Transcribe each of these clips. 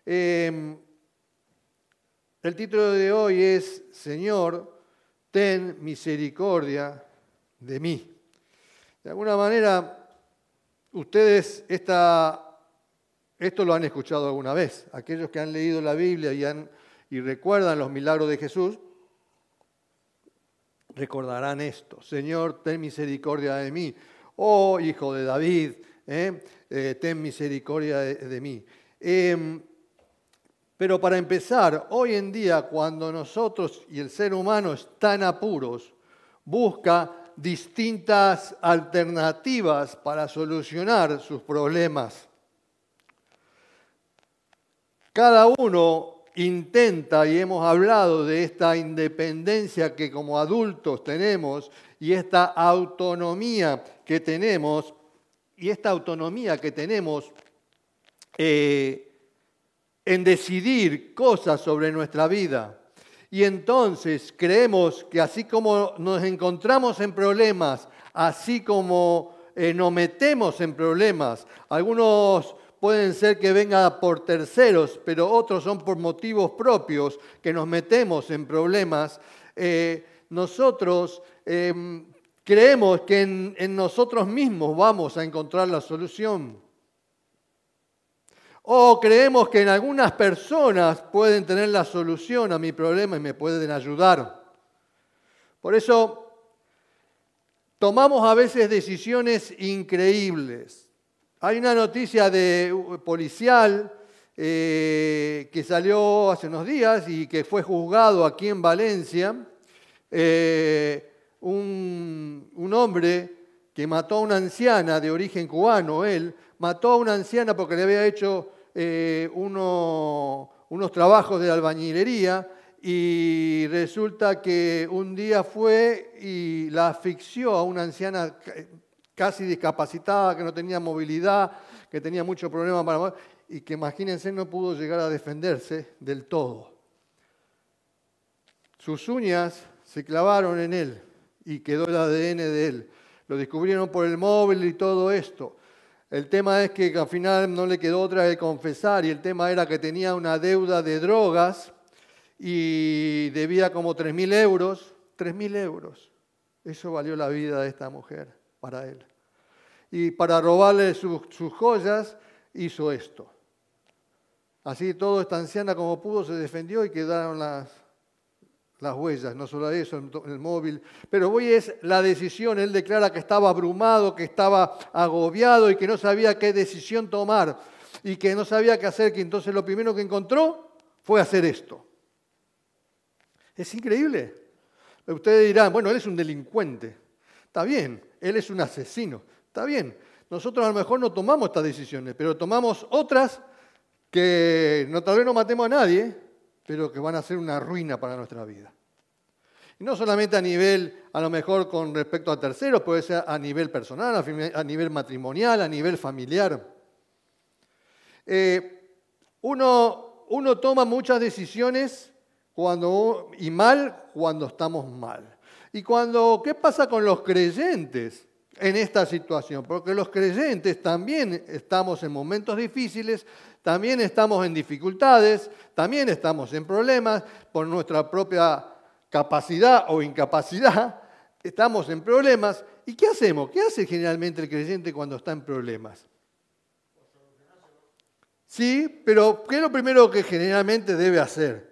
El título de hoy es Señor, ten misericordia de mí. De alguna manera, ustedes esto lo han escuchado alguna vez. Aquellos que han leído la Biblia y recuerdan los milagros de Jesús, recordarán esto. Señor, ten misericordia de mí. Oh, hijo de David, ten misericordia de mí. Pero para empezar, hoy en día, cuando nosotros y el ser humano están apuros, busca distintas alternativas para solucionar sus problemas. Cada uno intenta, y hemos hablado de esta independencia que como adultos tenemos, y esta autonomía que tenemos, en decidir cosas sobre nuestra vida. Y entonces creemos que así como nos encontramos en problemas, así como nos metemos en problemas, algunos pueden ser que vengan por terceros, pero otros son por motivos propios que nos metemos en problemas, nosotros creemos que en nosotros mismos vamos a encontrar la solución. O creemos que en algunas personas pueden tener la solución a mi problema y me pueden ayudar. Por eso tomamos a veces decisiones increíbles. Hay una noticia policial que salió hace unos días y que fue juzgado aquí en Valencia. Un hombre que mató a una anciana de origen cubano, él mató a una anciana porque le había hecho unos trabajos de albañilería y resulta que un día fue y la asfixió a una anciana casi discapacitada, que no tenía movilidad, que tenía muchos problemas para mover, y que imagínense no pudo llegar a defenderse del todo. Sus uñas se clavaron en él y quedó el ADN de él. Lo descubrieron por el móvil y todo esto. El tema es que al final no le quedó otra que confesar y el tema era que tenía una deuda de drogas y debía como 3.000 euros. 3.000 euros. Eso valió la vida de esta mujer para él. Y para robarle sus joyas hizo esto. Así todo, esta anciana como pudo se defendió y quedaron las huellas, no solo eso, en el móvil. Pero hoy es la decisión, él declara que estaba abrumado, que estaba agobiado y que no sabía qué decisión tomar y que no sabía qué hacer, que entonces lo primero que encontró fue hacer esto. Es increíble. Ustedes dirán, bueno, él es un delincuente. Está bien, él es un asesino. Está bien. Nosotros a lo mejor no tomamos estas decisiones, pero tomamos otras que tal vez no matemos a nadie, pero que van a ser una ruina para nuestra vida. Y no solamente a nivel, a lo mejor con respecto a terceros, puede ser a nivel personal, a nivel matrimonial, a nivel familiar. Uno toma muchas decisiones cuando estamos mal. Y ¿qué pasa con los creyentes en esta situación? Porque los creyentes también estamos en momentos difíciles, también estamos en dificultades, también estamos en problemas por nuestra propia capacidad o incapacidad, estamos en problemas. ¿Y qué hacemos? ¿Qué hace generalmente el creyente cuando está en problemas? Sí, pero ¿qué es lo primero que generalmente debe hacer?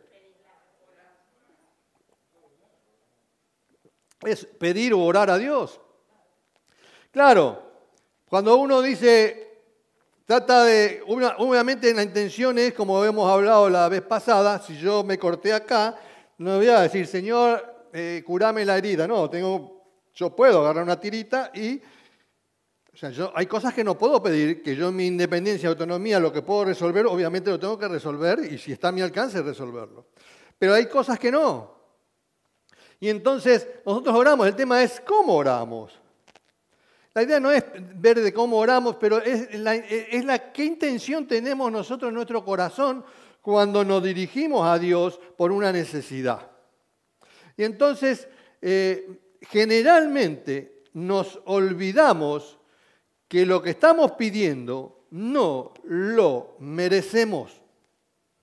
Es pedir o orar a Dios. Claro, cuando uno dice, obviamente la intención es, como hemos hablado la vez pasada, si yo me corté acá, no voy a decir, Señor, curame la herida. No, yo puedo agarrar una tirita y, hay cosas que no puedo pedir, que yo en mi independencia y autonomía lo que puedo resolver, obviamente lo tengo que resolver y si está a mi alcance resolverlo. Pero hay cosas que no. Y entonces nosotros oramos, el tema es cómo oramos. La idea no es ver de cómo oramos, pero es qué intención tenemos nosotros en nuestro corazón cuando nos dirigimos a Dios por una necesidad. Y entonces, generalmente nos olvidamos que lo que estamos pidiendo no lo merecemos.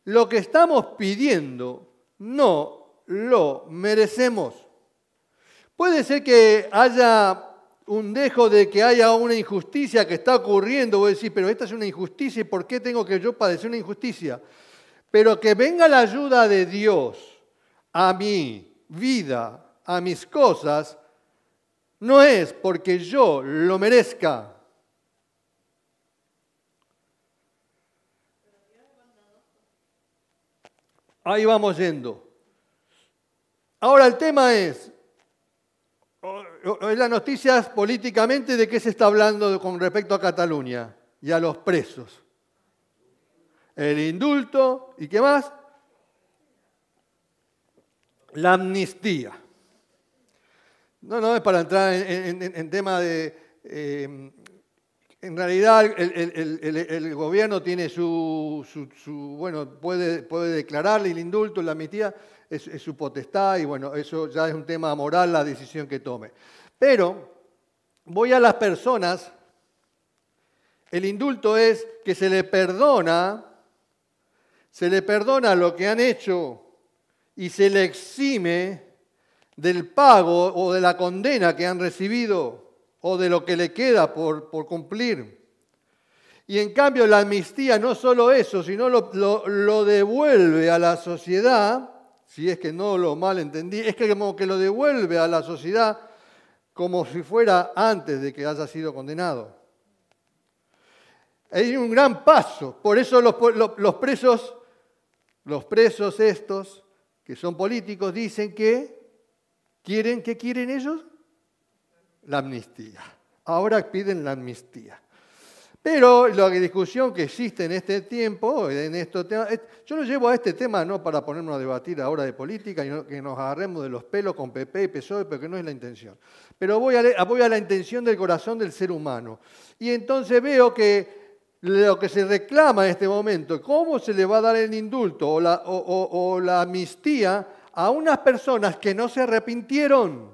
lo que estamos pidiendo no lo merecemos. Puede ser que haya un dejo de que haya una injusticia que está ocurriendo. Voy a decir, pero esta es una injusticia, ¿y por qué tengo que yo padecer una injusticia? Pero que venga la ayuda de Dios a mi vida, a mis cosas, no es porque yo lo merezca. Ahí vamos yendo. Ahora el tema es, en las noticias políticamente, ¿de qué se está hablando con respecto a Cataluña y a los presos? El indulto, ¿y qué más? La amnistía. No es para entrar en tema de... en realidad el gobierno tiene bueno, puede declararle el indulto, la amnistía, es su potestad y bueno, eso ya es un tema moral, la decisión que tome. Pero voy a las personas, el indulto es que se le perdona lo que han hecho y se le exime del pago o de la condena que han recibido o de lo que le queda por cumplir. Y en cambio la amnistía no solo eso, sino lo devuelve a la sociedad, si es que no lo mal entendí, es que como que lo devuelve a la sociedad como si fuera antes de que haya sido condenado. Hay un gran paso, por eso los presos estos, que son políticos, dicen que ¿qué quieren ellos? La amnistía. Ahora piden la amnistía. Pero la discusión que existe en este tiempo, yo lo llevo a este tema no para ponernos a debatir ahora de política y no, que nos agarremos de los pelos con PP y PSOE, porque no es la intención. Pero voy a la intención del corazón del ser humano. Y entonces veo que lo que se reclama en este momento, cómo se le va a dar el indulto o la amnistía a unas personas que no se arrepintieron.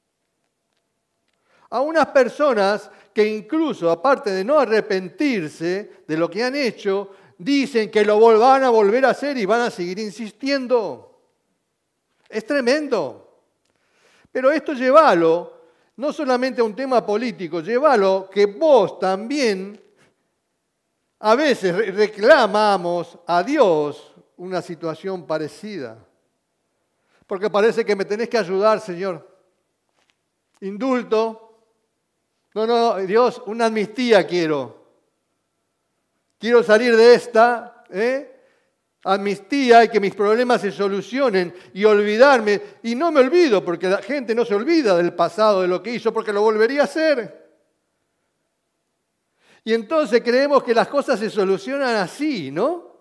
A unas personas que incluso, aparte de no arrepentirse de lo que han hecho, dicen que lo van a volver a hacer y van a seguir insistiendo. Es tremendo. Pero esto llévalo, no solamente a un tema político, llévalo que vos también a veces reclamamos a Dios una situación parecida. Porque parece que me tenés que ayudar, Señor. Indulto. No, Dios, una amnistía quiero. Quiero salir de esta, amnistía y que mis problemas se solucionen y olvidarme. Y no me olvido, porque la gente no se olvida del pasado, de lo que hizo, porque lo volvería a hacer. Y entonces creemos que las cosas se solucionan así, ¿no?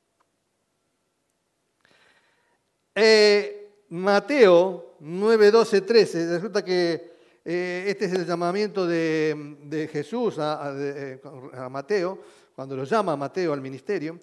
Mateo 9, 12, 13, resulta que este es el llamamiento de Jesús a Mateo, cuando lo llama a Mateo al ministerio.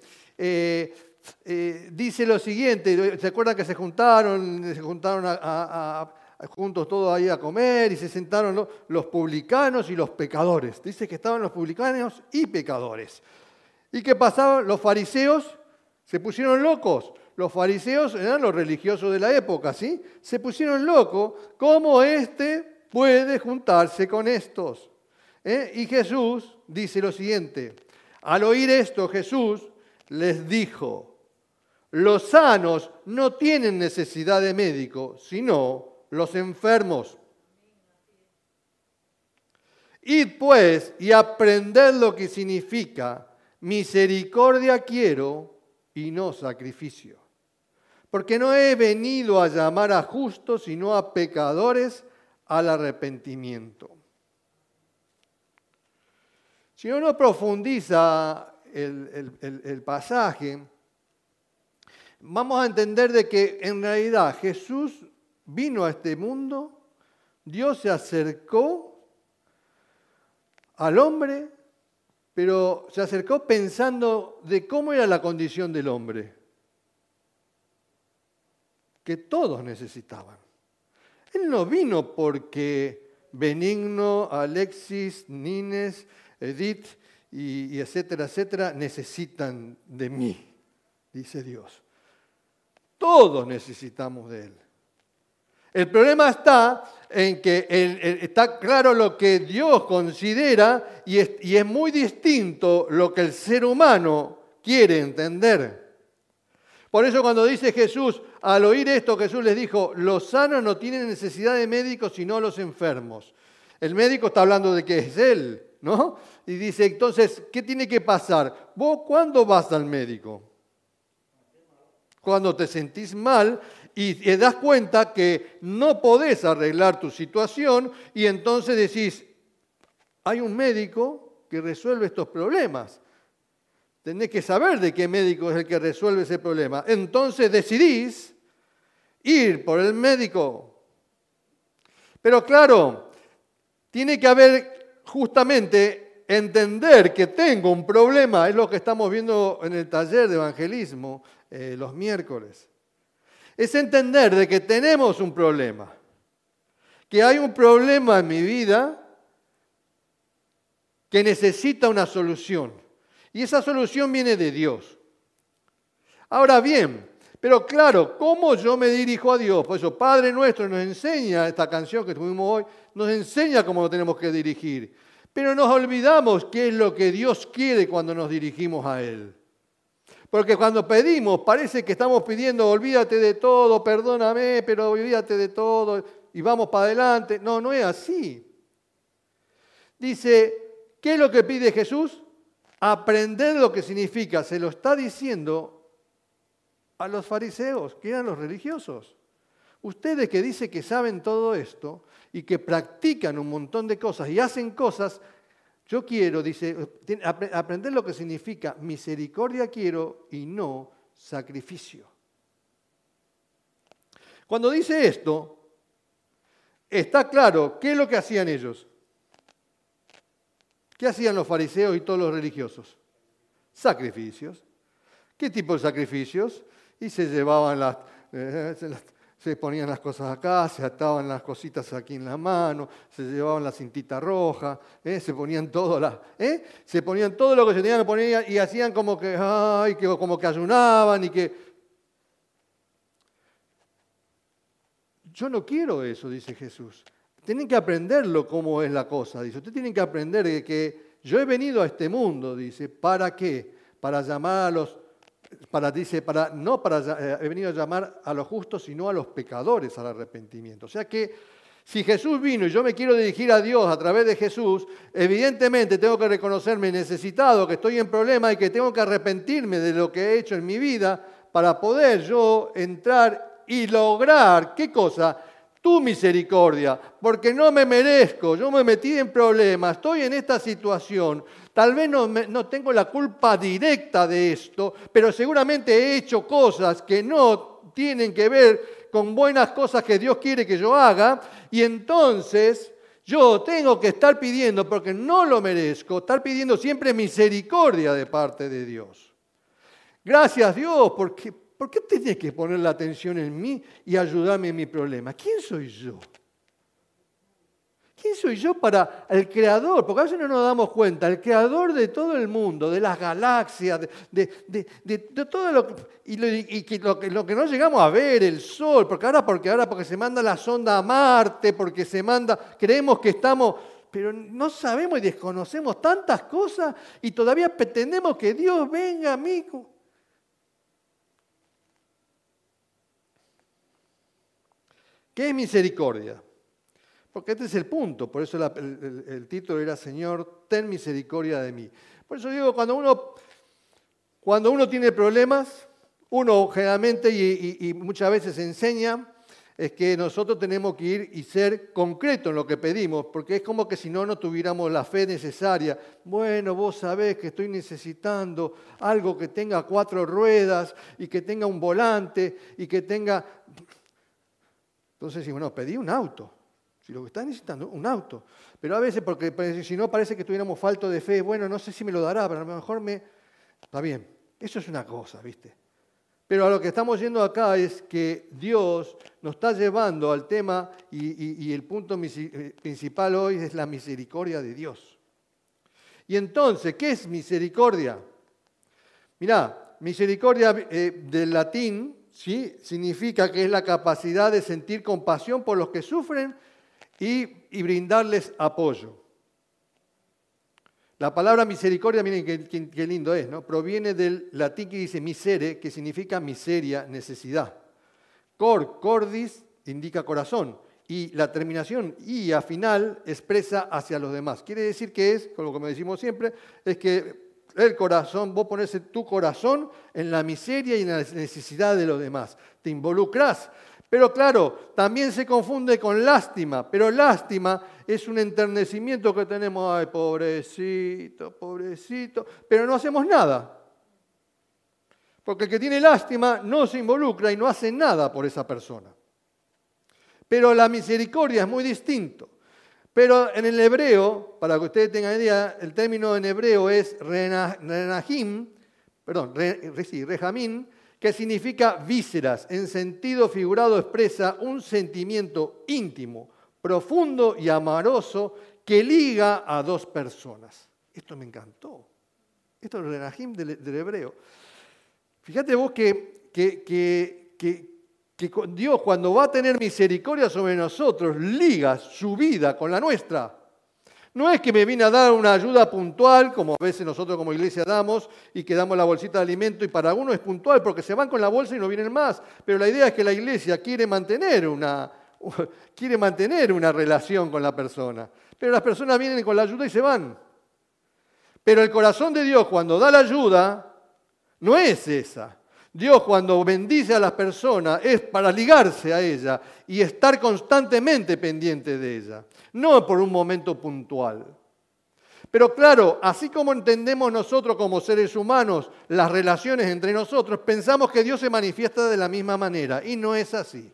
Dice lo siguiente, ¿se acuerdan que se juntaron juntos todos ahí a comer y se sentaron los publicanos y los pecadores? Dice que estaban los publicanos y pecadores. ¿Y qué pasaba? Los fariseos se pusieron locos. Los fariseos eran los religiosos de la época, ¿sí? Se pusieron locos. ¿Cómo puede juntarse con estos? Y Jesús dice lo siguiente. Al oír esto, Jesús les dijo, los sanos no tienen necesidad de médico, sino los enfermos. Id pues y aprended lo que significa misericordia quiero y no sacrificio. Porque no he venido a llamar a justos, sino a pecadores al arrepentimiento. Si uno profundiza el pasaje, vamos a entender de que en realidad Jesús vino a este mundo, Dios se acercó al hombre, pero se acercó pensando de cómo era la condición del hombre, que todos necesitaban. Él no vino porque Benigno, Alexis, Nines, Edith y etcétera, etcétera, necesitan de mí. dice Dios. Todos necesitamos de Él. El problema está en que está claro lo que Dios considera y es muy distinto lo que el ser humano quiere entender. Por eso cuando dice Jesús, al oír esto, Jesús les dijo, los sanos no tienen necesidad de médicos sino los enfermos. El médico está hablando de que es Él, ¿no? Y dice, entonces, ¿qué tiene que pasar? ¿Vos cuándo vas al médico? Cuando te sentís mal y te das cuenta que no podés arreglar tu situación y entonces decís, hay un médico que resuelve estos problemas. Tenés que saber de qué médico es el que resuelve ese problema. Entonces decidís ir por el médico. Pero claro, tiene que haber justamente entender que tengo un problema. Es lo que estamos viendo en el taller de evangelismo los miércoles. Es entender de que tenemos un problema. Que hay un problema en mi vida que necesita una solución. Y esa solución viene de Dios. Ahora bien, pero claro, ¿cómo yo me dirijo a Dios? Por eso Padre Nuestro nos enseña, esta canción que tuvimos hoy, nos enseña cómo nos tenemos que dirigir. Pero nos olvidamos qué es lo que Dios quiere cuando nos dirigimos a Él. Porque cuando pedimos, parece que estamos pidiendo, olvídate de todo, perdóname, pero olvídate de todo, y vamos para adelante. No, no es así. Dice, ¿qué es lo que pide Jesús? Aprender lo que significa, se lo está diciendo a los fariseos, que eran los religiosos. Ustedes que dicen que saben todo esto y que practican un montón de cosas y hacen cosas, yo quiero, dice, aprender lo que significa misericordia quiero y no sacrificio. Cuando dice esto, está claro qué es lo que hacían ellos. ¿Qué hacían los fariseos y todos los religiosos? Sacrificios. ¿Qué tipo de sacrificios? Y se llevaban se ponían las cosas acá, se ataban las cositas aquí en la mano, se llevaban la cintita roja, se ponían todo se ponían todo lo que se tenían que poner y hacían como que ayunaban y que. Yo no quiero eso, dice Jesús. Tienen que aprenderlo cómo es la cosa, dice. Ustedes tienen que aprender de que yo he venido a este mundo, dice, ¿para qué? Para llamar a los, he venido a llamar a los justos, sino a los pecadores al arrepentimiento. O sea que si Jesús vino y yo me quiero dirigir a Dios a través de Jesús, evidentemente tengo que reconocerme necesitado, que estoy en problema y que tengo que arrepentirme de lo que he hecho en mi vida para poder yo entrar y lograr, ¿qué cosa? Tu misericordia, porque no me merezco, yo me metí en problemas, estoy en esta situación, tal vez no tengo la culpa directa de esto, pero seguramente he hecho cosas que no tienen que ver con buenas cosas que Dios quiere que yo haga, y entonces yo tengo que estar pidiendo, porque no lo merezco, estar pidiendo siempre misericordia de parte de Dios. Gracias Dios, porque ¿por qué tienes que poner la atención en mí y ayudarme en mi problema? ¿Quién soy yo? ¿Quién soy yo para el Creador? Porque a veces no nos damos cuenta, el Creador de todo el mundo, de las galaxias, de todo lo que no llegamos a ver, el Sol, porque se manda la sonda a Marte, creemos que estamos, pero no sabemos y desconocemos tantas cosas y todavía pretendemos que Dios venga a mí. ¿Qué es misericordia? Porque este es el punto, por eso el título era Señor, ten misericordia de mí. Por eso digo, cuando uno tiene problemas, uno generalmente y muchas veces enseña, es que nosotros tenemos que ir y ser concretos en lo que pedimos, porque es como que si no tuviéramos la fe necesaria. Bueno, vos sabés que estoy necesitando algo que tenga 4 ruedas y que tenga un volante y que tenga. Entonces, bueno, pedí un auto. Si lo que estás necesitando, un auto. Pero a veces, porque si no parece que tuviéramos falta de fe, bueno, no sé si me lo dará, pero a lo mejor Está bien, eso es una cosa, ¿viste? Pero a lo que estamos yendo acá es que Dios nos está llevando al tema y el punto principal hoy es la misericordia de Dios. Y entonces, ¿qué es misericordia? Mirá, Misericordia del latín, ¿sí? Significa que es la capacidad de sentir compasión por los que sufren y brindarles apoyo. La palabra misericordia, miren qué lindo es, ¿no? Proviene del latín que dice misere, que significa miseria, necesidad. Cordis indica corazón y la terminación ia final expresa hacia los demás. Quiere decir que es, como decimos siempre, es que el corazón, vos ponés tu corazón en la miseria y en la necesidad de los demás. Te involucrás. Pero claro, también se confunde con lástima, pero lástima es un enternecimiento que tenemos, ay, pobrecito, pobrecito, pero no hacemos nada. Porque el que tiene lástima no se involucra y no hace nada por esa persona. Pero la misericordia es muy distinto. Pero en el hebreo, para que ustedes tengan idea, el término en hebreo es rejamín, que significa vísceras. En sentido figurado expresa un sentimiento íntimo, profundo y amoroso que liga a dos personas. Esto me encantó. Esto es el rejamín del hebreo. Fíjate vos que Dios, cuando va a tener misericordia sobre nosotros, liga su vida con la nuestra. No es que me viene a dar una ayuda puntual, como a veces nosotros como iglesia damos, y que damos la bolsita de alimento, y para algunos es puntual porque se van con la bolsa y no vienen más. Pero la idea es que la iglesia quiere mantener una relación con la persona. Pero las personas vienen con la ayuda y se van. Pero el corazón de Dios, cuando da la ayuda, no es esa. Dios, cuando bendice a las personas, es para ligarse a ella y estar constantemente pendiente de ella, no por un momento puntual. Pero claro, así como entendemos nosotros como seres humanos las relaciones entre nosotros, pensamos que Dios se manifiesta de la misma manera, y no es así.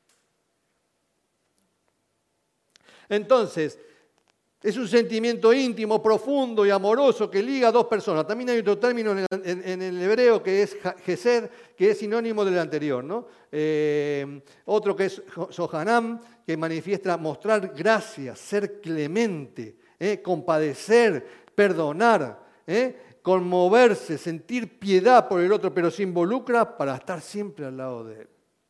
Entonces, es un sentimiento íntimo, profundo y amoroso que liga a dos personas. También hay otro término en el hebreo que es gesed, que es sinónimo del anterior, ¿no? Otro que es sohanam, que manifiesta mostrar gracia, ser clemente, compadecer, perdonar, conmoverse, sentir piedad por el otro, pero se involucra para estar siempre al lado de él.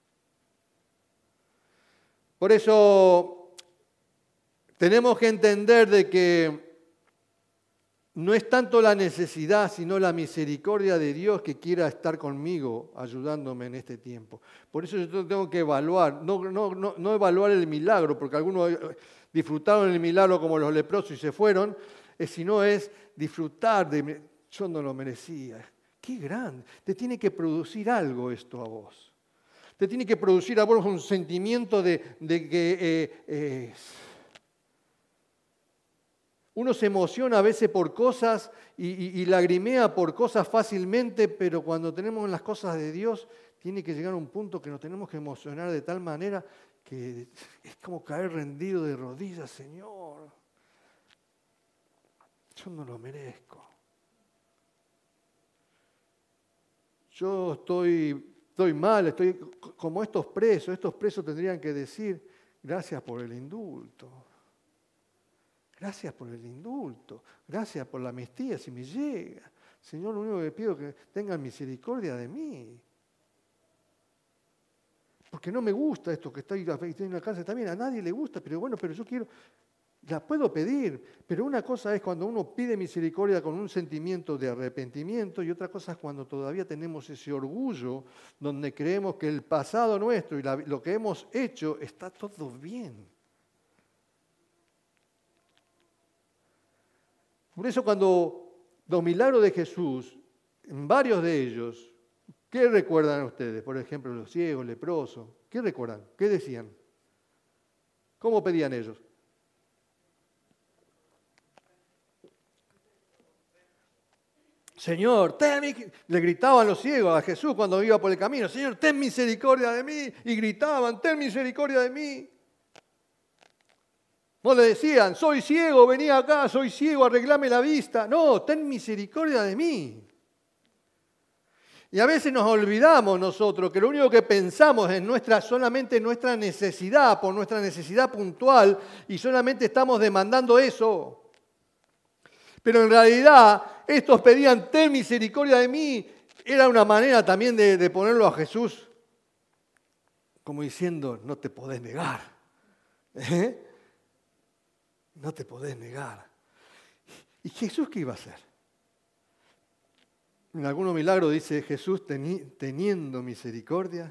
Por eso tenemos que entender de que no es tanto la necesidad, sino la misericordia de Dios que quiera estar conmigo, ayudándome en este tiempo. Por eso yo tengo que evaluar, no evaluar el milagro, porque algunos disfrutaron el milagro como los leprosos y se fueron, sino es disfrutar de, yo no lo merecía. ¡Qué grande! Te tiene que producir algo esto a vos. Te tiene que producir a vos un sentimiento de que... Uno se emociona a veces por cosas y lagrimea por cosas fácilmente, pero cuando tenemos las cosas de Dios, tiene que llegar a un punto que nos tenemos que emocionar de tal manera que es como caer rendido de rodillas, Señor. Yo no lo merezco. Yo estoy mal, estoy como estos presos tendrían que decir, gracias por el indulto. Gracias por el indulto, gracias por la amnistía si me llega. Señor, lo único que pido es que tengan misericordia de mí. Porque no me gusta esto que estoy en la cárcel también, a nadie le gusta, pero bueno, pero yo quiero, la puedo pedir. Pero una cosa es cuando uno pide misericordia con un sentimiento de arrepentimiento y otra cosa es cuando todavía tenemos ese orgullo donde creemos que el pasado nuestro y lo que hemos hecho está todo bien. Por eso cuando los milagros de Jesús, en varios de ellos, ¿qué recuerdan ustedes? Por ejemplo, los ciegos, leprosos, ¿qué recuerdan? ¿Qué decían? ¿Cómo pedían ellos? Señor, le gritaban los ciegos a Jesús cuando iba por el camino, Señor, ten misericordia de mí, y gritaban, ten misericordia de mí. No le decían, soy ciego, vení acá, soy ciego, arreglame la vista. No, ten misericordia de mí. Y a veces nos olvidamos nosotros que lo único que pensamos es solamente nuestra necesidad, por nuestra necesidad puntual, y solamente estamos demandando eso. Pero en realidad, estos pedían, ten misericordia de mí, Era una manera también de ponerlo a Jesús como diciendo, no te podés negar. No te podés negar. ¿Y Jesús qué iba a hacer? En algunos milagros dice Jesús teniendo misericordia.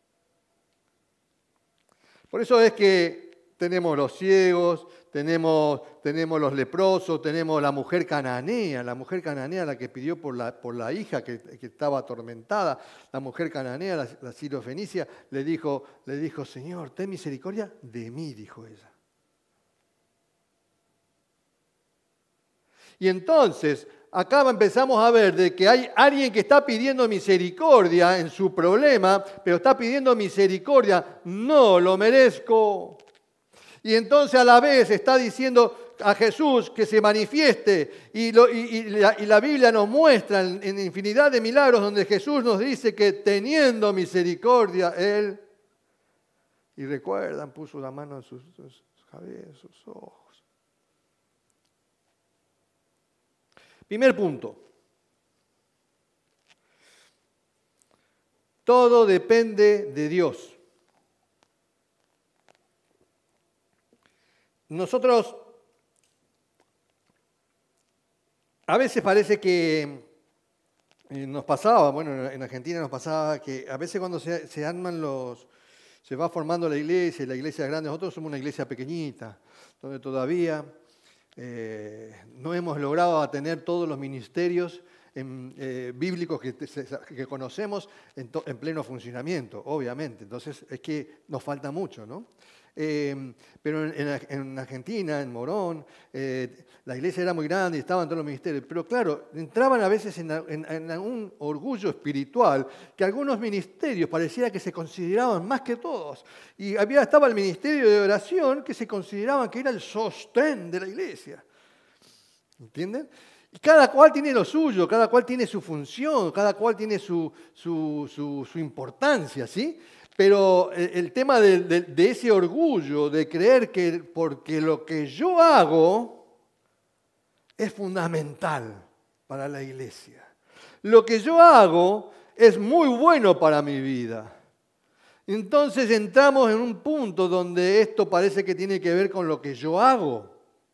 Por eso es que tenemos los ciegos, tenemos los leprosos, tenemos la mujer cananea la que pidió por la hija que estaba atormentada. La mujer cananea, la sirofenicia, le dijo, Señor, ten misericordia de mí, dijo ella. Y entonces, acá empezamos a ver de que hay alguien que está pidiendo misericordia en su problema, pero está pidiendo misericordia, no lo merezco. Y entonces a la vez está diciendo a Jesús que se manifieste. Y la Biblia nos muestra en infinidad de milagros donde Jesús nos dice que teniendo misericordia, Él, y recuerdan, puso la mano en sus cabezas, sus ojos. Primer punto. Todo depende de Dios. Nosotros, a veces parece que nos pasaba, bueno, en Argentina nos pasaba que a veces cuando se arman se va formando la iglesia es grande, nosotros somos una iglesia pequeñita, donde todavía no hemos logrado tener todos los ministerios bíblicos que conocemos en pleno funcionamiento, obviamente. Entonces es que nos falta mucho, ¿no? Pero en Argentina, en Morón, la iglesia era muy grande y estaban todos los ministerios. Pero claro, entraban a veces en un orgullo espiritual que algunos ministerios pareciera que se consideraban más que todos. Y estaba el ministerio de oración que se consideraban que era el sostén de la iglesia. ¿Entienden? Y cada cual tiene lo suyo, cada cual tiene su función, cada cual tiene su importancia, ¿sí? Pero el tema de ese orgullo, de creer que porque lo que yo hago es fundamental para la iglesia. Lo que yo hago es muy bueno para mi vida. Entonces entramos en un punto donde esto parece que tiene que ver con lo que yo hago.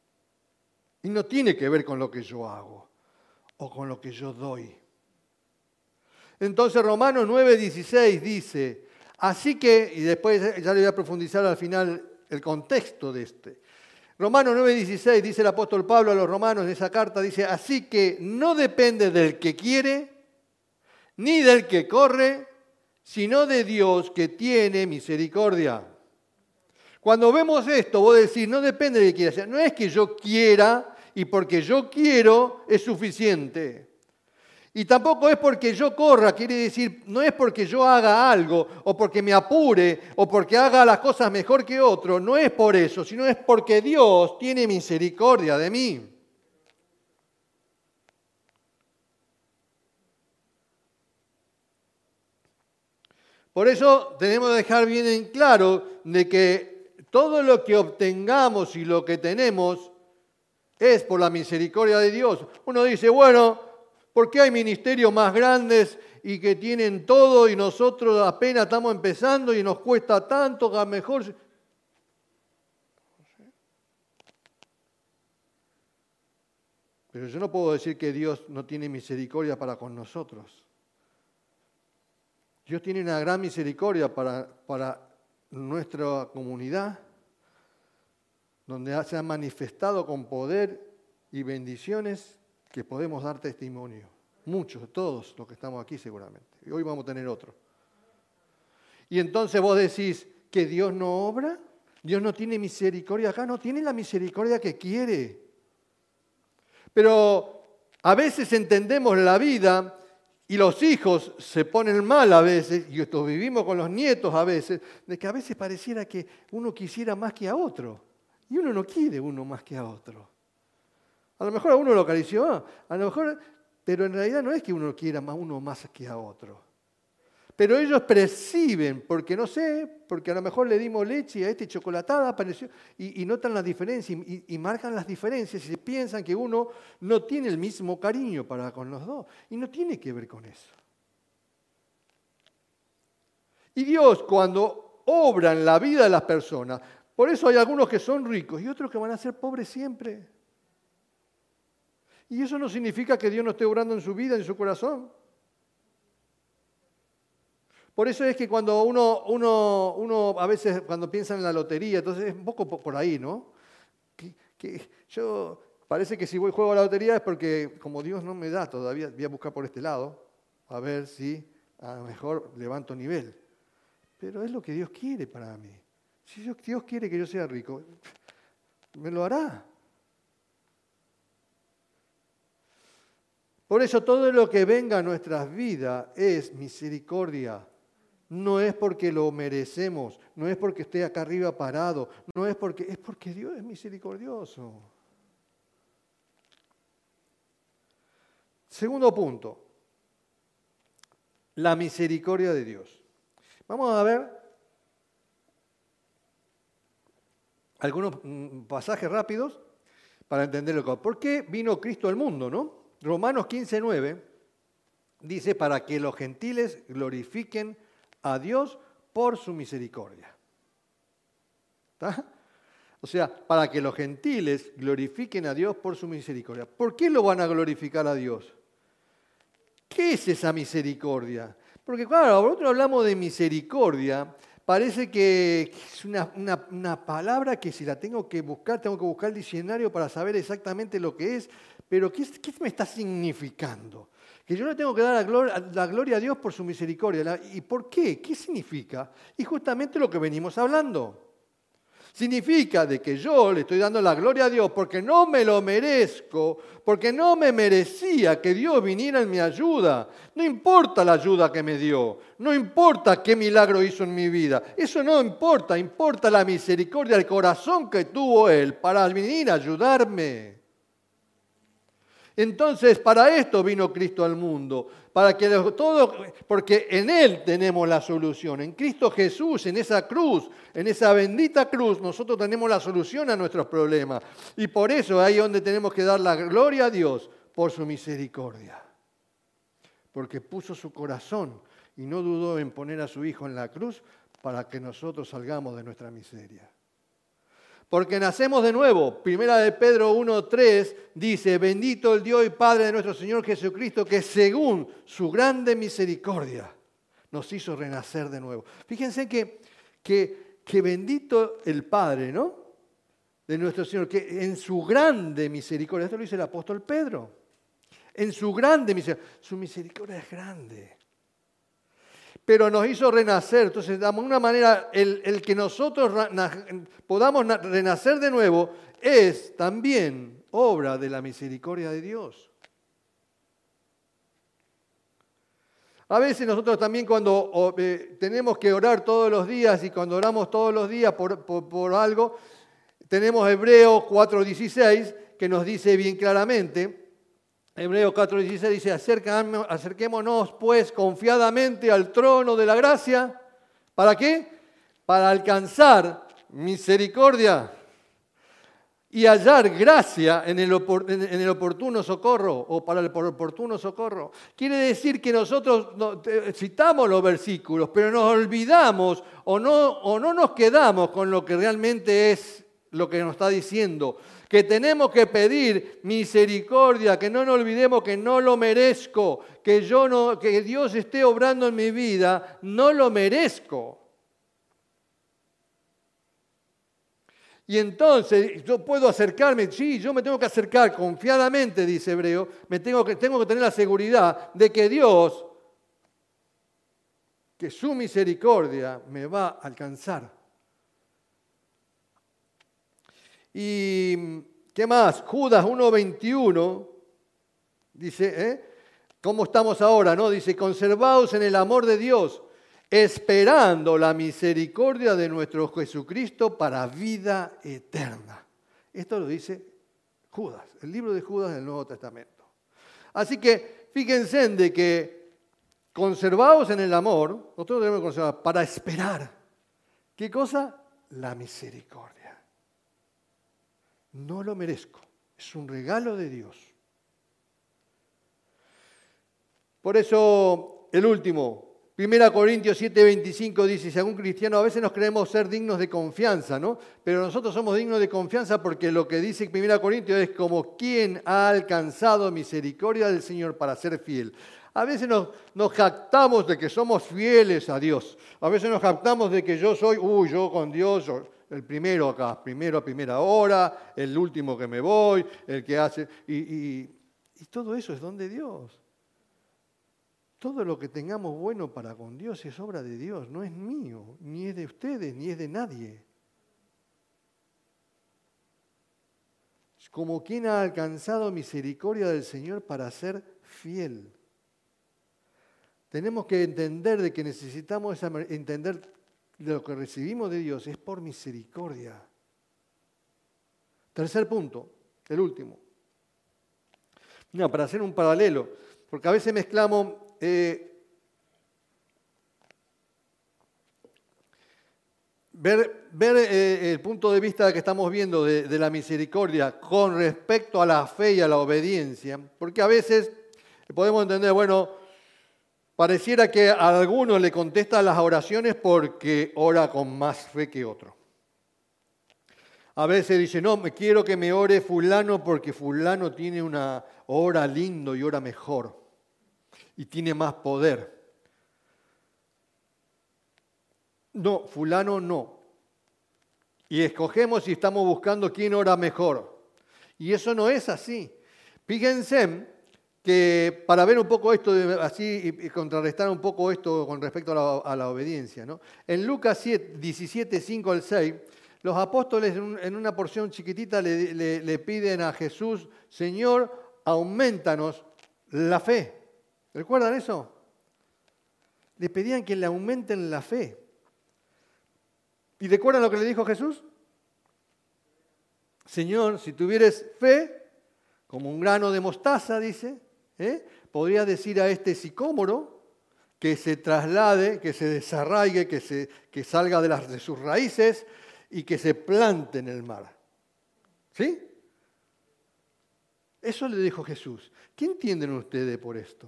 Y no tiene que ver con lo que yo hago o con lo que yo doy. Entonces Romanos 9:16 dice, así que, y después ya le voy a profundizar al final el contexto de este. Romanos 9:16 dice el apóstol Pablo a los romanos en esa carta, dice, así que no depende del que quiere, ni del que corre, sino de Dios que tiene misericordia. Cuando vemos esto, vos decís, no depende de que quiera hacer. No es que yo quiera y porque yo quiero es suficiente. Y tampoco es porque yo corra, quiere decir, no es porque yo haga algo, o porque me apure, o porque haga las cosas mejor que otro, no es por eso, sino es porque Dios tiene misericordia de mí. Por eso tenemos que dejar bien en claro de que todo lo que obtengamos y lo que tenemos es por la misericordia de Dios. Uno dice, bueno, ¿por qué hay ministerios más grandes y que tienen todo y nosotros apenas estamos empezando y nos cuesta tanto, a mejor? Pero yo no puedo decir que Dios no tiene misericordia para con nosotros. Dios tiene una gran misericordia para nuestra comunidad, donde se ha manifestado con poder y bendiciones que podemos dar testimonio. Muchos, todos los que estamos aquí seguramente. Y hoy vamos a tener otro. Y entonces vos decís que Dios no obra, Dios no tiene misericordia acá, no tiene la misericordia que quiere. Pero a veces entendemos la vida y los hijos se ponen mal a veces, y esto vivimos con los nietos a veces, de que a veces pareciera que uno quisiera más que a otro. Y uno no quiere uno más que a otro. A lo mejor a uno lo acarició, a lo mejor, pero en realidad no es que uno quiera uno más que a otro. Pero ellos perciben, porque no sé, porque a lo mejor le dimos leche y a este chocolatada apareció, y notan las diferencias y marcan las diferencias y piensan que uno no tiene el mismo cariño para con los dos. Y no tiene que ver con eso. Y Dios, cuando obra en la vida de las personas, por eso hay algunos que son ricos y otros que van a ser pobres siempre. Y eso no significa que Dios no esté obrando en su vida, en su corazón. Por eso es que cuando uno a veces cuando piensa en la lotería, entonces es un poco por ahí, ¿no? Que yo parece que si voy juego a la lotería es porque como Dios no me da todavía, voy a buscar por este lado, a ver si a lo mejor levanto nivel. Pero es lo que Dios quiere para mí. Si Dios quiere que yo sea rico, me lo hará. Por eso todo lo que venga a nuestras vidas es misericordia. No es porque lo merecemos, no es porque esté acá arriba parado, es porque Dios es misericordioso. Segundo punto, la misericordia de Dios. Vamos a ver algunos pasajes rápidos para entender lo que... ¿Por qué vino Cristo al mundo, no? Romanos 15:9 dice, para que los gentiles glorifiquen a Dios por su misericordia. ¿Está? O sea, para que los gentiles glorifiquen a Dios por su misericordia. ¿Por qué lo van a glorificar a Dios? ¿Qué es esa misericordia? Porque claro, nosotros hablamos de misericordia, parece que es una palabra que si la tengo que buscar el diccionario para saber exactamente lo que es, pero ¿qué me está significando? Que yo le tengo que dar la gloria a Dios por su misericordia. ¿Y por qué? ¿Qué significa? Y justamente lo que venimos hablando. Significa de que yo le estoy dando la gloria a Dios porque no me lo merezco, porque no me merecía que Dios viniera en mi ayuda. No importa la ayuda que me dio, no importa qué milagro hizo en mi vida. Eso no importa, importa la misericordia, el corazón que tuvo Él para venir a ayudarme. Entonces, para esto vino Cristo al mundo, para que porque en Él tenemos la solución. En Cristo Jesús, en esa cruz, en esa bendita cruz, nosotros tenemos la solución a nuestros problemas. Y por eso ahí es donde tenemos que dar la gloria a Dios por su misericordia. Porque puso su corazón y no dudó en poner a su Hijo en la cruz para que nosotros salgamos de nuestra miseria. Porque nacemos de nuevo. Primera de Pedro 1:3 dice, bendito el Dios y Padre de nuestro Señor Jesucristo, que según su grande misericordia nos hizo renacer de nuevo. Fíjense que bendito el Padre, ¿no? De nuestro Señor, que en su grande misericordia, esto lo dice el apóstol Pedro, en su grande misericordia, su misericordia es grande. Pero nos hizo renacer. Entonces, de alguna manera, el que nosotros podamos renacer de nuevo es también obra de la misericordia de Dios. A veces nosotros también cuando tenemos que orar todos los días y cuando oramos todos los días por algo, tenemos Hebreos 4:16 que nos dice bien claramente, Hebreos 4:16 dice, acerquémonos pues confiadamente al trono de la gracia. ¿Para qué? Para alcanzar misericordia y hallar gracia en el oportuno socorro o para el oportuno socorro. Quiere decir que nosotros citamos los versículos, pero nos olvidamos o no nos quedamos con lo que realmente es lo que nos está diciendo. Que tenemos que pedir misericordia, que no nos olvidemos que no lo merezco, que Dios esté obrando en mi vida, no lo merezco. Y entonces yo puedo acercarme, sí, yo me tengo que acercar confiadamente, dice Hebreo, tengo que tener la seguridad de que Dios, que su misericordia me va a alcanzar. ¿Y qué más? Judas 1:21 dice, ¿cómo estamos ahora? ¿No? Dice, conservaos en el amor de Dios, esperando la misericordia de nuestro Jesucristo para vida eterna. Esto lo dice Judas, el libro de Judas del Nuevo Testamento. Así que fíjense de que conservaos en el amor, nosotros debemos conservar para esperar. ¿Qué cosa? La misericordia. No lo merezco, es un regalo de Dios. Por eso, el último, 1 Corintios 7:25 dice, si algún cristiano, a veces nos creemos ser dignos de confianza, ¿no? Pero nosotros somos dignos de confianza porque lo que dice 1 Corintios es como quien ha alcanzado misericordia del Señor para ser fiel. A veces nos jactamos de que somos fieles a Dios. A veces nos jactamos de que yo con Dios, el primero acá, primero a primera hora, el último que me voy, el que hace... Y todo eso es don de Dios. Todo lo que tengamos bueno para con Dios es obra de Dios, no es mío, ni es de ustedes, ni es de nadie. Como quien ha alcanzado misericordia del Señor para ser fiel. Tenemos que entender de que necesitamos entender de lo que recibimos de Dios es por misericordia. Tercer punto, el último. No, para hacer un paralelo, porque a veces mezclamos ver el punto de vista que estamos viendo de la misericordia con respecto a la fe y a la obediencia, porque a veces podemos entender, bueno, pareciera que a algunos le contestan las oraciones porque ora con más fe que otro. A veces dice, no, quiero que me ore fulano porque fulano tiene una ora lindo y ora mejor y tiene más poder. No, fulano no. Y escogemos y estamos buscando quién ora mejor. Y eso no es así. Fíjense que para ver un poco esto, así y contrarrestar un poco esto con respecto a la obediencia, ¿no? En Lucas 17, 5 al 6, los apóstoles en una porción chiquitita le piden a Jesús, Señor, aumentanos la fe. ¿Recuerdan eso? Le pedían que le aumenten la fe. ¿Y recuerdan lo que le dijo Jesús? Señor, si tuvieres fe, como un grano de mostaza, dice, podrías decir a este sicómoro que se traslade, que se desarraigue, que salga de sus raíces y que se plante en el mar. ¿Sí? Eso le dijo Jesús. ¿Qué entienden ustedes por esto?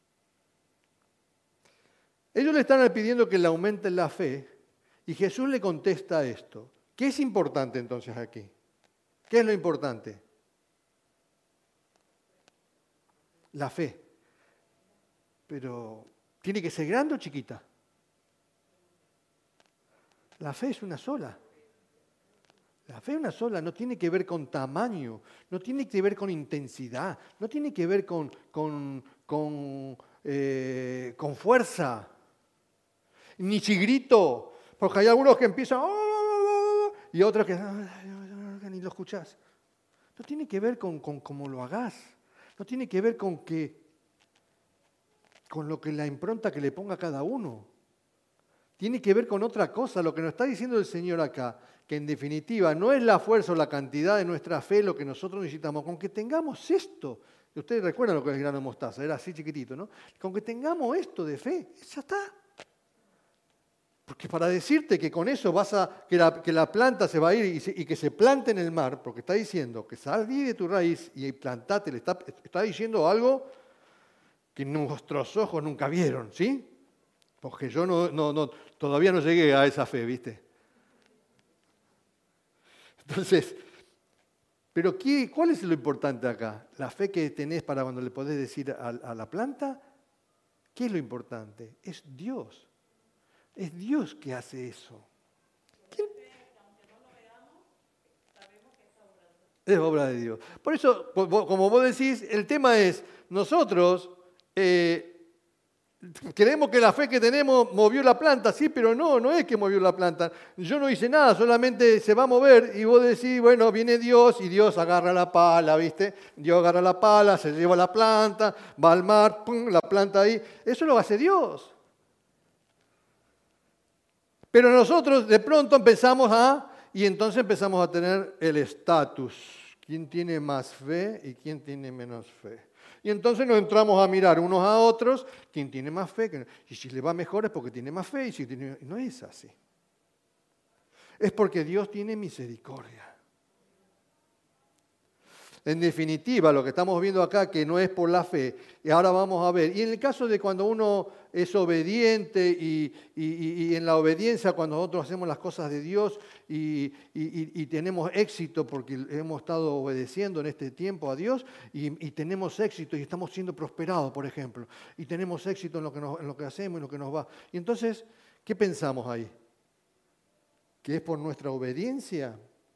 Ellos le están pidiendo que le aumenten la fe y Jesús le contesta esto. ¿Qué es importante entonces aquí? ¿Qué es lo importante? La fe. Pero, ¿tiene que ser grande o chiquita? La fe es una sola. La fe es una sola, no tiene que ver con tamaño, no tiene que ver con intensidad, no tiene que ver con fuerza, ni chigrito, porque hay algunos que empiezan y otros que ni lo escuchás. No tiene que ver con cómo lo hagas, no tiene que ver con lo que la impronta que le ponga a cada uno. Tiene que ver con otra cosa, lo que nos está diciendo el Señor acá, que en definitiva no es la fuerza o la cantidad de nuestra fe lo que nosotros necesitamos, con que tengamos esto. Ustedes recuerdan lo que es el grano de mostaza, era así chiquitito, ¿no? Con que tengamos esto de fe, ya está. Porque para decirte que con eso que la planta se va a ir y que se plante en el mar, porque está diciendo que salí de tu raíz y plantate, está diciendo algo que nuestros ojos nunca vieron, ¿sí? Porque yo todavía no llegué a esa fe, ¿viste? Entonces, pero ¿cuál es lo importante acá? La fe que tenés para cuando le podés decir a la planta, ¿qué es lo importante? Es Dios. Es Dios que hace eso. Es obra de Dios. Por eso, como vos decís, el tema es, nosotros creemos que la fe que tenemos movió la planta, sí, pero no es que movió la planta. Yo no hice nada, solamente se va a mover y vos decís, bueno, viene Dios y Dios agarra la pala, ¿viste? Dios agarra la pala, se lleva la planta, va al mar, ¡pum!, la planta ahí. Eso lo hace Dios. Pero nosotros de pronto y entonces empezamos a tener el estatus. ¿Quién tiene más fe y quién tiene menos fe? Y entonces nos entramos a mirar unos a otros, quién tiene más fe. Y si le va mejor es porque tiene más fe. No es así. Es porque Dios tiene misericordia. En definitiva, lo que estamos viendo acá, que no es por la fe, y ahora vamos a ver. Y en el caso de cuando uno es obediente y en la obediencia cuando nosotros hacemos las cosas de Dios y tenemos éxito porque hemos estado obedeciendo en este tiempo a Dios y tenemos éxito y estamos siendo prosperados, por ejemplo, y tenemos éxito en lo que hacemos y en lo que nos va. Y entonces, ¿qué pensamos ahí? ¿Que es por nuestra obediencia?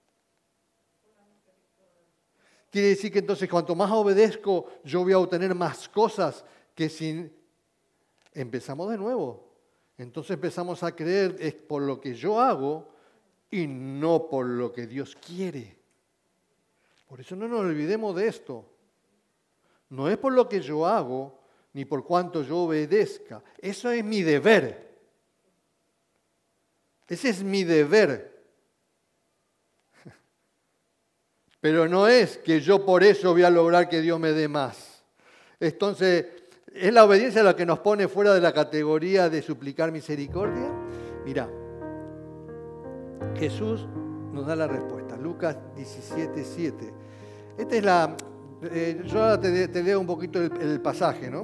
Quiere decir que entonces cuanto más obedezco, yo voy a obtener más cosas que si empezamos de nuevo. Entonces empezamos a creer es por lo que yo hago y no por lo que Dios quiere. Por eso no nos olvidemos de esto. No es por lo que yo hago ni por cuánto yo obedezca. Eso es mi deber. Ese es mi deber. Pero no es que yo por eso voy a lograr que Dios me dé más. Entonces, ¿es la obediencia la que nos pone fuera de la categoría de suplicar misericordia? Mira, Jesús nos da la respuesta. Lucas 17:7. Esta es la... yo ahora te leo un poquito el pasaje, ¿no?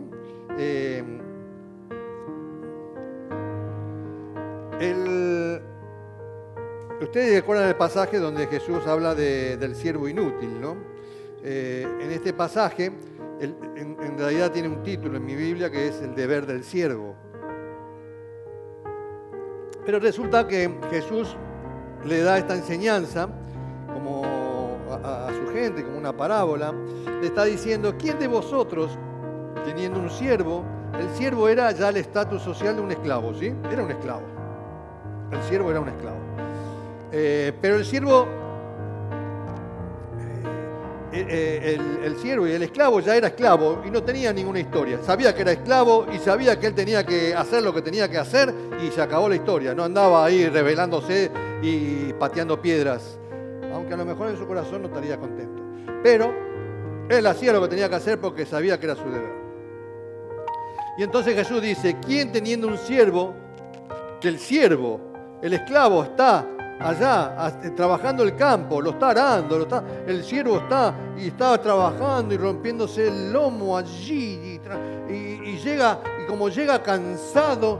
Ustedes recuerdan el pasaje donde Jesús habla del siervo inútil, ¿no? En este pasaje, en realidad tiene un título en mi Biblia que es el deber del siervo. Pero resulta que Jesús le da esta enseñanza como a su gente, como una parábola. Le está diciendo, ¿quién de vosotros, teniendo un siervo, el siervo era ya el estatus social de un esclavo, ¿sí? Era un esclavo. El siervo era un esclavo. Pero el siervo, el siervo y el esclavo ya era esclavo y no tenía ninguna historia. Sabía que era esclavo y sabía que él tenía que hacer lo que tenía que hacer y se acabó la historia. No andaba ahí rebelándose y pateando piedras, aunque a lo mejor en su corazón no estaría contento. Pero él hacía lo que tenía que hacer porque sabía que era su deber. Y entonces Jesús dice, ¿quién teniendo un siervo, que el siervo, el esclavo está allá trabajando el campo, lo está arando, el siervo está trabajando y rompiéndose el lomo allí y llega, y como llega cansado,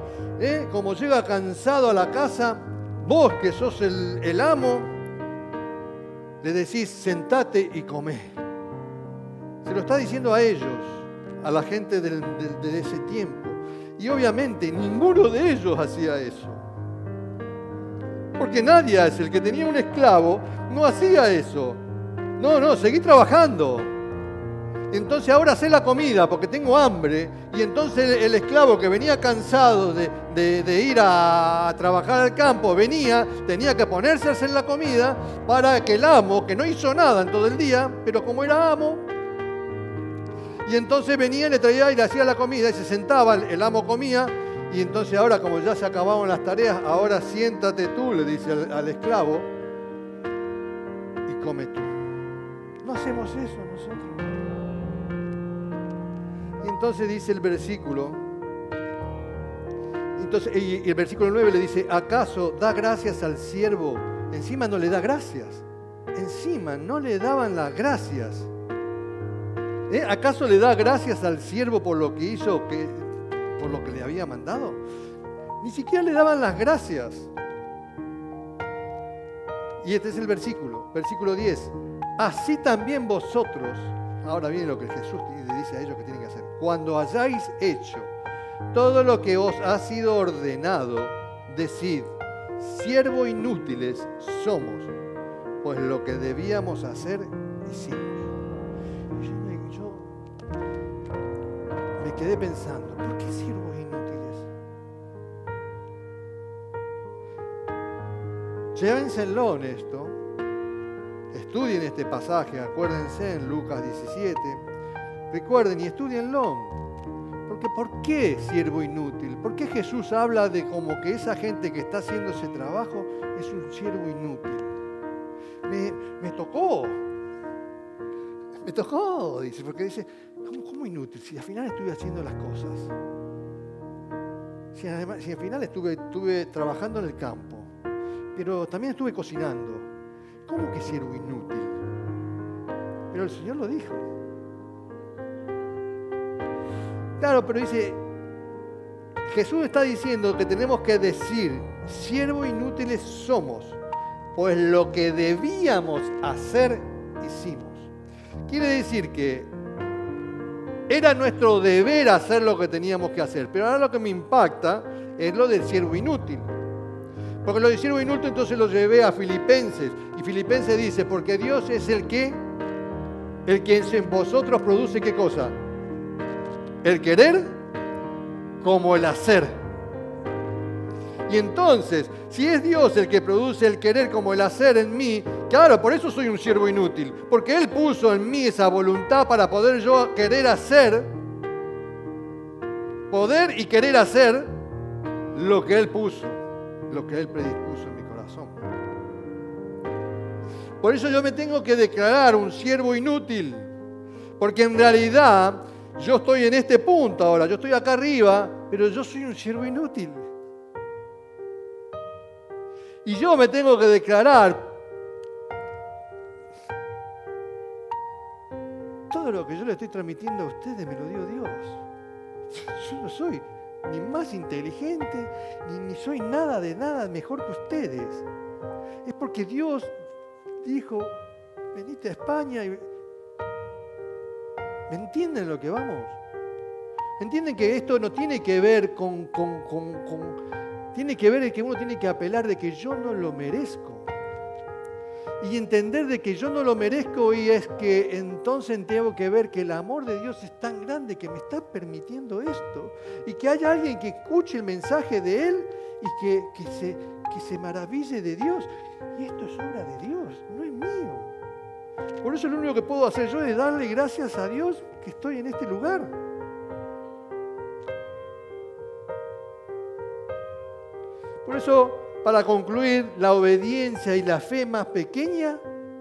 a la casa, vos que sos el amo, le decís, sentate y comé. Se lo está diciendo a ellos, a la gente de ese tiempo. Y obviamente ninguno de ellos hacía eso. Porque nadie hace, el que tenía un esclavo no hacía eso. No, seguí trabajando. Entonces ahora hacé la comida porque tengo hambre. Y entonces el esclavo que venía cansado de ir a trabajar al campo, tenía que ponerse a hacer la comida para que el amo, que no hizo nada en todo el día, pero como era amo, y entonces venía, le traía y le hacía la comida y se sentaba, el amo comía. Y entonces ahora, como ya se acababan las tareas, ahora siéntate tú, le dice al esclavo, y come tú. No hacemos eso nosotros. Y entonces dice el versículo, y el versículo 9 le dice, ¿acaso da gracias al siervo? Encima no le da gracias. Encima no le daban las gracias. ¿Acaso le da gracias al siervo por lo que hizo, por lo que le había mandado? Ni siquiera le daban las gracias. Y este es el versículo 10. Así también vosotros, ahora viene lo que Jesús le dice a ellos que tienen que hacer. Cuando hayáis hecho todo lo que os ha sido ordenado, decid, siervos inútiles somos, pues lo que debíamos hacer, hicimos. Yo me quedé pensando, ¿por qué siervos inútiles? Llévenselo en esto, estudien este pasaje, acuérdense en Lucas 17, recuerden y estudienlo. Porque ¿por qué siervo inútil? ¿Por qué Jesús habla de como que esa gente que está haciendo ese trabajo es un siervo inútil? Me tocó, dice, porque dice, ¿cómo inútil? Si al final estuve haciendo las cosas. Si al final estuve trabajando en el campo, pero también estuve cocinando. ¿Cómo que siervo inútil? Pero el Señor lo dijo. Claro, pero dice, Jesús está diciendo que tenemos que decir, siervos inútiles somos, pues lo que debíamos hacer, hicimos. Quiere decir que era nuestro deber hacer lo que teníamos que hacer, pero ahora lo que me impacta es lo del siervo inútil. Porque lo del siervo inútil entonces lo llevé a Filipenses, y Filipenses dice, porque Dios es el que en vosotros produce, ¿qué cosa? El querer como el hacer. Y entonces, si es Dios el que produce el querer como el hacer en mí, claro, por eso soy un siervo inútil, porque Él puso en mí esa voluntad para poder yo querer hacer, poder y querer hacer lo que Él puso, lo que Él predispuso en mi corazón. Por eso yo me tengo que declarar un siervo inútil, porque en realidad yo estoy en este punto ahora, yo estoy acá arriba, pero yo soy un siervo inútil. Y yo me tengo que declarar, todo lo que yo le estoy transmitiendo a ustedes me lo dio Dios. Yo no soy ni más inteligente, ni soy nada de nada mejor que ustedes. Es porque Dios dijo, venite a España y... ¿Me entienden lo que vamos? ¿Entienden que esto no tiene que ver tiene que ver el que uno tiene que apelar de que yo no lo merezco? Y entender de que yo no lo merezco, y es que entonces tengo que ver que el amor de Dios es tan grande que me está permitiendo esto. Y que haya alguien que escuche el mensaje de Él y que se maraville de Dios. Y esto es obra de Dios, no es mío. Por eso lo único que puedo hacer yo es darle gracias a Dios que estoy en este lugar. Por eso, para concluir, la obediencia y la fe más pequeña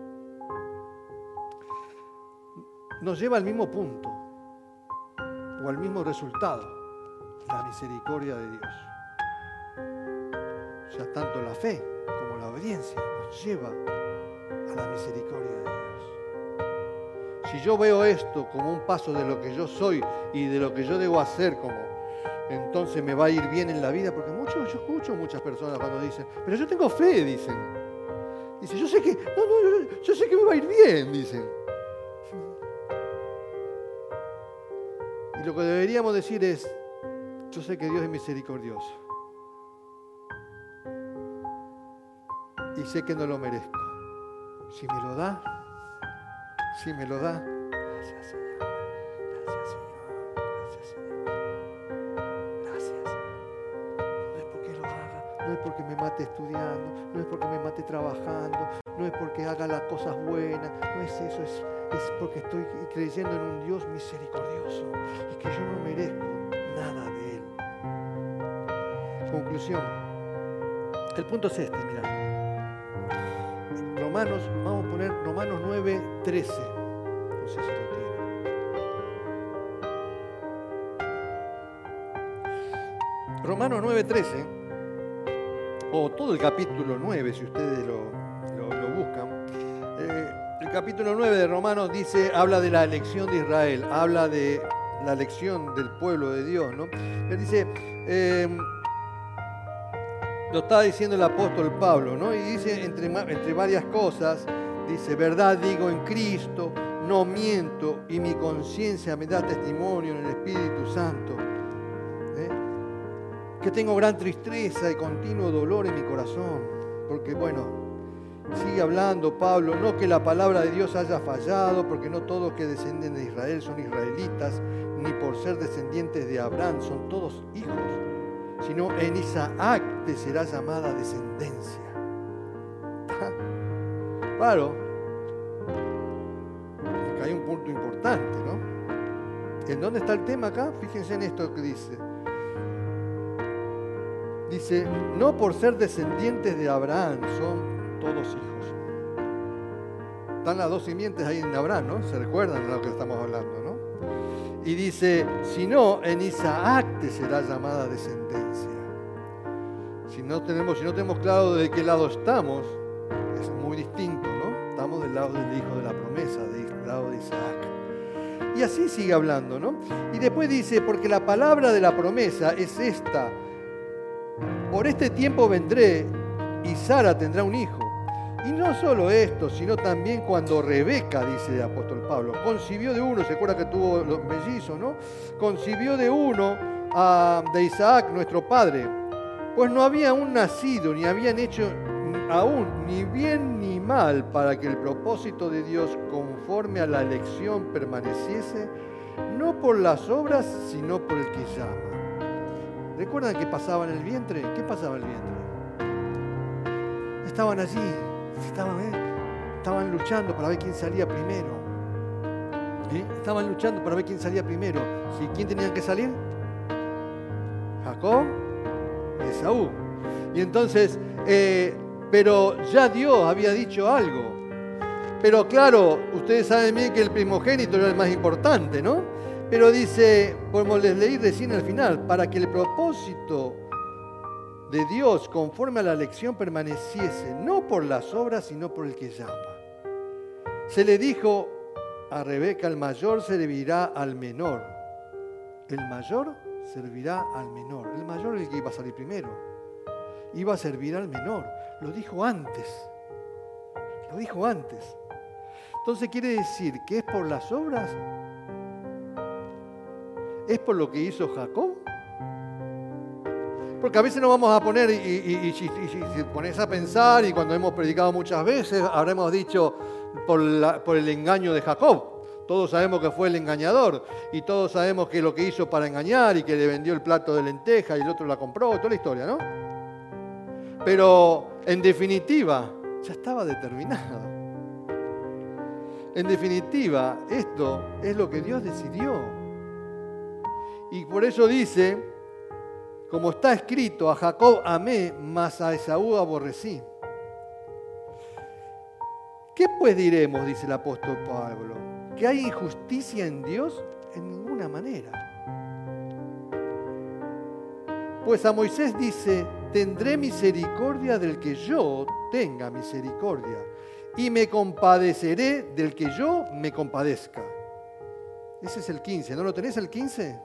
nos lleva al mismo punto o al mismo resultado, la misericordia de Dios. O sea, tanto la fe como la obediencia nos lleva a la misericordia de Dios. Si yo veo esto como un paso de lo que yo soy y de lo que yo debo hacer, entonces me va a ir bien en la vida, porque yo escucho muchas personas cuando dicen, pero yo tengo fe, dicen. Dicen, yo sé que me va a ir bien, dicen. Y lo que deberíamos decir es, yo sé que Dios es misericordioso. Y sé que no lo merezco. Si me lo da, gracias Señor, gracias Señor, gracias Señor, gracias. No es porque lo haga, no es porque me mate estudiando, no es porque me mate trabajando, no es porque haga las cosas buenas, no es eso, es porque estoy creyendo en un Dios misericordioso y que yo no merezco nada de Él. Conclusión. El punto es este, mirá. Vamos a poner Romanos 9:13. No sé si lo tiene. Romanos 9:13, o todo el capítulo 9, si ustedes lo buscan. El capítulo 9 de Romanos habla de la elección de Israel, habla de la elección del pueblo de Dios, ¿no? Él dice... lo está diciendo el apóstol Pablo, ¿no? Y dice, entre varias cosas, dice, verdad digo en Cristo, no miento, y mi conciencia me da testimonio en el Espíritu Santo, que tengo gran tristeza y continuo dolor en mi corazón, porque bueno, sigue hablando Pablo, no que la palabra de Dios haya fallado, porque no todos que descienden de Israel son israelitas, ni por ser descendientes de Abraham son todos hijos, sino en Isaac te será llamada descendencia. Claro, acá hay un punto importante, ¿no? ¿En dónde está el tema acá? Fíjense en esto que dice. Dice, no por ser descendientes de Abraham son todos hijos. Están las dos simientes ahí en Abraham, ¿no? ¿Se recuerdan de lo que estamos hablando, no? Y dice, sino en Isaac te será llamada descendencia. Si no tenemos claro de qué lado estamos, es muy distinto, ¿no? Estamos del lado del hijo de la promesa, del lado de Isaac. Y así sigue hablando, ¿no? Y después dice, porque la palabra de la promesa es esta: por este tiempo vendré y Sara tendrá un hijo. Y no solo esto, sino también cuando Rebeca, dice el apóstol Pablo, concibió de uno, se acuerda que tuvo los mellizos, ¿no? Concibió de uno de Isaac, nuestro padre, pues no había aún nacido, ni habían hecho aún ni bien ni mal, para que el propósito de Dios conforme a la elección permaneciese, no por las obras, sino por el que llama. ¿Recuerdan qué pasaba en el vientre? ¿Qué pasaba en el vientre? Estaban allí, estaban luchando para ver quién salía primero. Estaban luchando para ver quién salía primero. ¿Quién tenía que salir? Jacob y Esaú. Y entonces, pero ya Dios había dicho algo. Pero claro, ustedes saben bien que el primogénito era el más importante, ¿no? Pero dice, como les leí recién al final, para que el propósito de Dios conforme a la elección permaneciese, no por las obras, sino por el que llama. Se le dijo a Rebeca, el mayor servirá al menor. El mayor servirá al menor. El mayor es el que iba a salir primero. Iba a servir al menor. Lo dijo antes. Lo dijo antes. Entonces quiere decir que es por las obras. ¿Es por lo que hizo Jacob? Porque a veces nos vamos a poner y si pones a pensar, y cuando hemos predicado muchas veces, habremos dicho por el engaño de Jacob. Todos sabemos que fue el engañador y todos sabemos que lo que hizo para engañar y que le vendió el plato de lenteja y el otro la compró, toda la historia, ¿no? Pero en definitiva, ya estaba determinado. En definitiva, esto es lo que Dios decidió. Y por eso dice, como está escrito, a Jacob amé, mas a Esaú aborrecí. ¿Qué pues diremos? Dice el apóstol Pablo. ¿Que hay injusticia en Dios? En ninguna manera. Pues a Moisés dice, tendré misericordia del que yo tenga misericordia, y me compadeceré del que yo me compadezca. Ese es el 15. ¿No lo tenés el 15?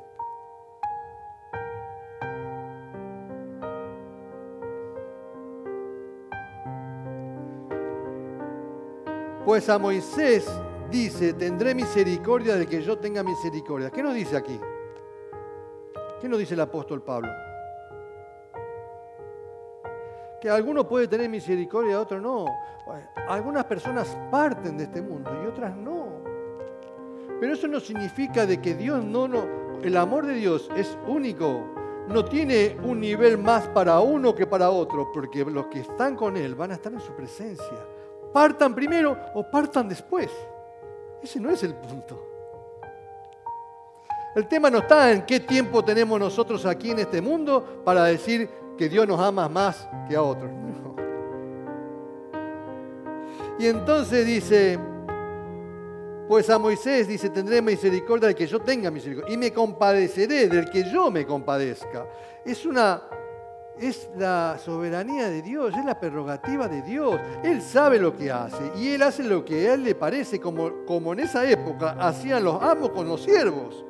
Pues a Moisés dice, tendré misericordia del que yo tenga misericordia. ¿Qué nos dice aquí? ¿Qué nos dice el apóstol Pablo? Que alguno puede tener misericordia y otro no. Algunas personas parten de este mundo y otras no. Pero eso no significa de que Dios el amor de Dios es único. No tiene un nivel más para uno que para otro, porque los que están con Él van a estar en su presencia. Partan primero o partan después. Ese no es el punto. El tema no está en qué tiempo tenemos nosotros aquí en este mundo para decir que Dios nos ama más que a otros. No. Y entonces dice, pues a Moisés dice, tendré misericordia del que yo tenga misericordia y me compadeceré del que yo me compadezca. Es la soberanía de Dios, es la prerrogativa de Dios. Él sabe lo que hace y Él hace lo que a Él le parece, como en esa época hacían los amos con los siervos.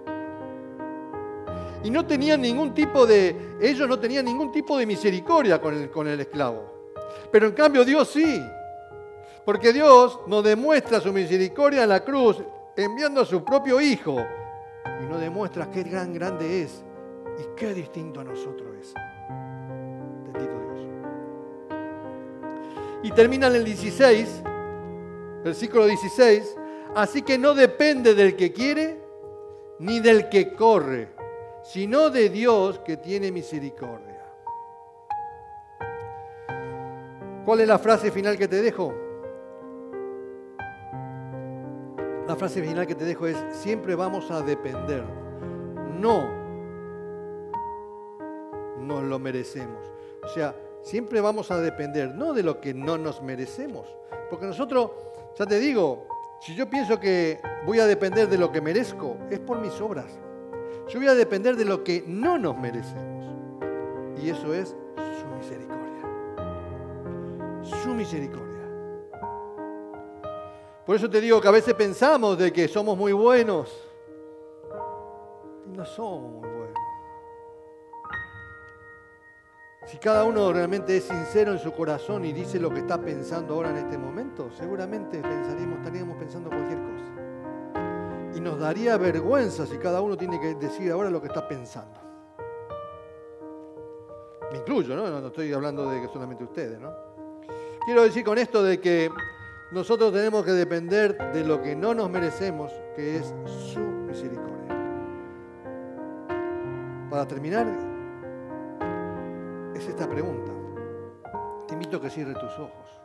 Y ellos no tenían ningún tipo de misericordia con el esclavo. Pero en cambio Dios sí. Porque Dios nos demuestra su misericordia en la cruz enviando a su propio Hijo. Y nos demuestra qué grande es y qué distinto a nosotros es. Bendito Dios. Y termina en el 16, versículo 16. Así que no depende del que quiere ni del que corre, sino de Dios que tiene misericordia. ¿Cuál es la frase final que te dejo? La frase final que te dejo es, siempre vamos a depender. No nos lo merecemos. O sea, siempre vamos a depender, no de lo que no nos merecemos. Porque nosotros, ya te digo, si yo pienso que voy a depender de lo que merezco, es por mis obras. Yo voy a depender de lo que no nos merecemos. Y eso es su misericordia. Su misericordia. Por eso te digo que a veces pensamos de que somos muy buenos no somos muy buenos. Si cada uno realmente es sincero en su corazón y dice lo que está pensando ahora en este momento, seguramente estaríamos pensando cualquier cosa. Y nos daría vergüenza si cada uno tiene que decir ahora lo que está pensando. Me incluyo, ¿no? No estoy hablando de que solamente ustedes, ¿no? Quiero decir con esto de que nosotros tenemos que depender de lo que no nos merecemos, que es su misericordia. Para terminar, es esta pregunta. Te invito a que cierres tus ojos.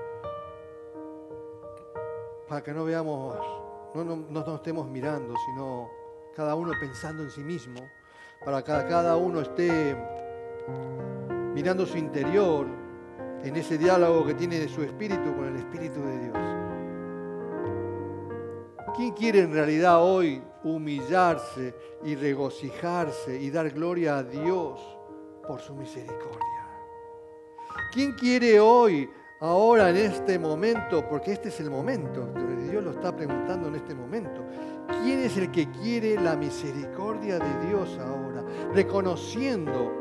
Para que no veamos, no nos estemos mirando, sino cada uno pensando en sí mismo. Para que cada uno esté mirando su interior en ese diálogo que tiene de su espíritu con el Espíritu de Dios. ¿Quién quiere en realidad hoy humillarse y regocijarse y dar gloria a Dios por su misericordia? ¿Quién quiere hoy, ahora en este momento, porque este es el momento, Dios lo está preguntando en este momento, ¿quién es el que quiere la misericordia de Dios ahora, reconociendo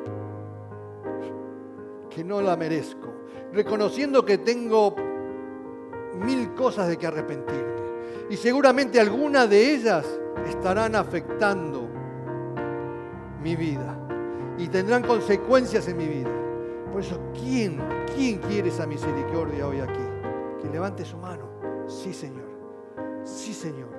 que no la merezco, reconociendo que tengo 1000 cosas de que arrepentirme y seguramente algunas de ellas estarán afectando mi vida y tendrán consecuencias en mi vida? Por eso, ¿quién quiere esa misericordia hoy aquí? Que levante su mano. Sí, Señor. Sí, Señor.